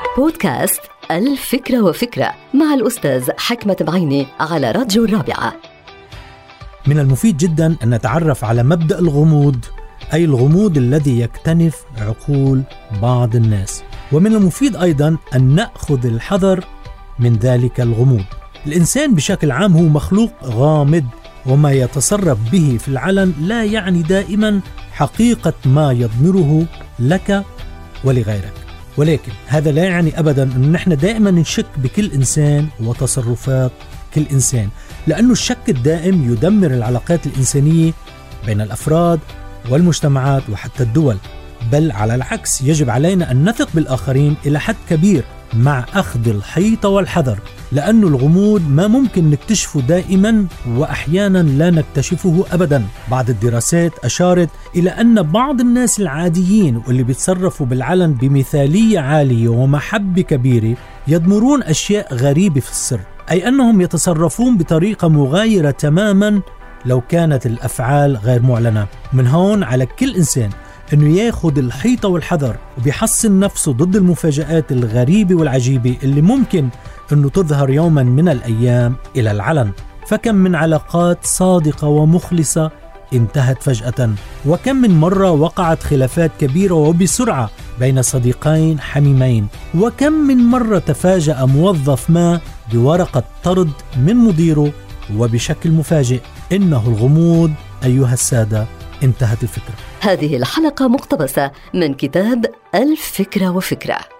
بودكاست الفكرة وفكرة مع الأستاذ حكمة بعيني على راديو الرابعة. من المفيد جدا أن نتعرف على مبدأ الغموض، أي الغموض الذي يكتنف عقول بعض الناس، ومن المفيد أيضا أن نأخذ الحذر من ذلك الغموض. الإنسان بشكل عام هو مخلوق غامض، وما يتصرف به في العلن لا يعني دائما حقيقة ما يضمره لك ولغيرك، ولكن هذا لا يعني أبدا أن نحن دائما نشك بكل إنسان وتصرفات كل إنسان، لأن الشك الدائم يدمر العلاقات الإنسانية بين الأفراد والمجتمعات وحتى الدول. بل على العكس، يجب علينا أن نثق بالآخرين إلى حد كبير مع أخذ الحيطة والحذر، لأن الغموض ما ممكن نكتشفه دائما، وأحيانا لا نكتشفه أبدا. بعض الدراسات أشارت إلى أن بعض الناس العاديين واللي بيتصرفوا بالعلن بمثالية عالية ومحبة كبيرة يضمرون أشياء غريبة في السر، أي أنهم يتصرفون بطريقة مغايرة تماما لو كانت الأفعال غير معلنة. من هون على كل إنسان أنه ياخد الحيطة والحذر وبيحصن نفسه ضد المفاجآت الغريبة والعجيبة اللي ممكن أنه تظهر يوما من الأيام إلى العلن. فكم من علاقات صادقة ومخلصة انتهت فجأة، وكم من مرة وقعت خلافات كبيرة وبسرعة بين صديقين حميمين، وكم من مرة تفاجأ موظف ما بورقة طرد من مديره وبشكل مفاجئ. إنه الغموض أيها السادة. انتهت الفكرة. هذه الحلقة مقتبسة من كتاب الفكرة وفكرة.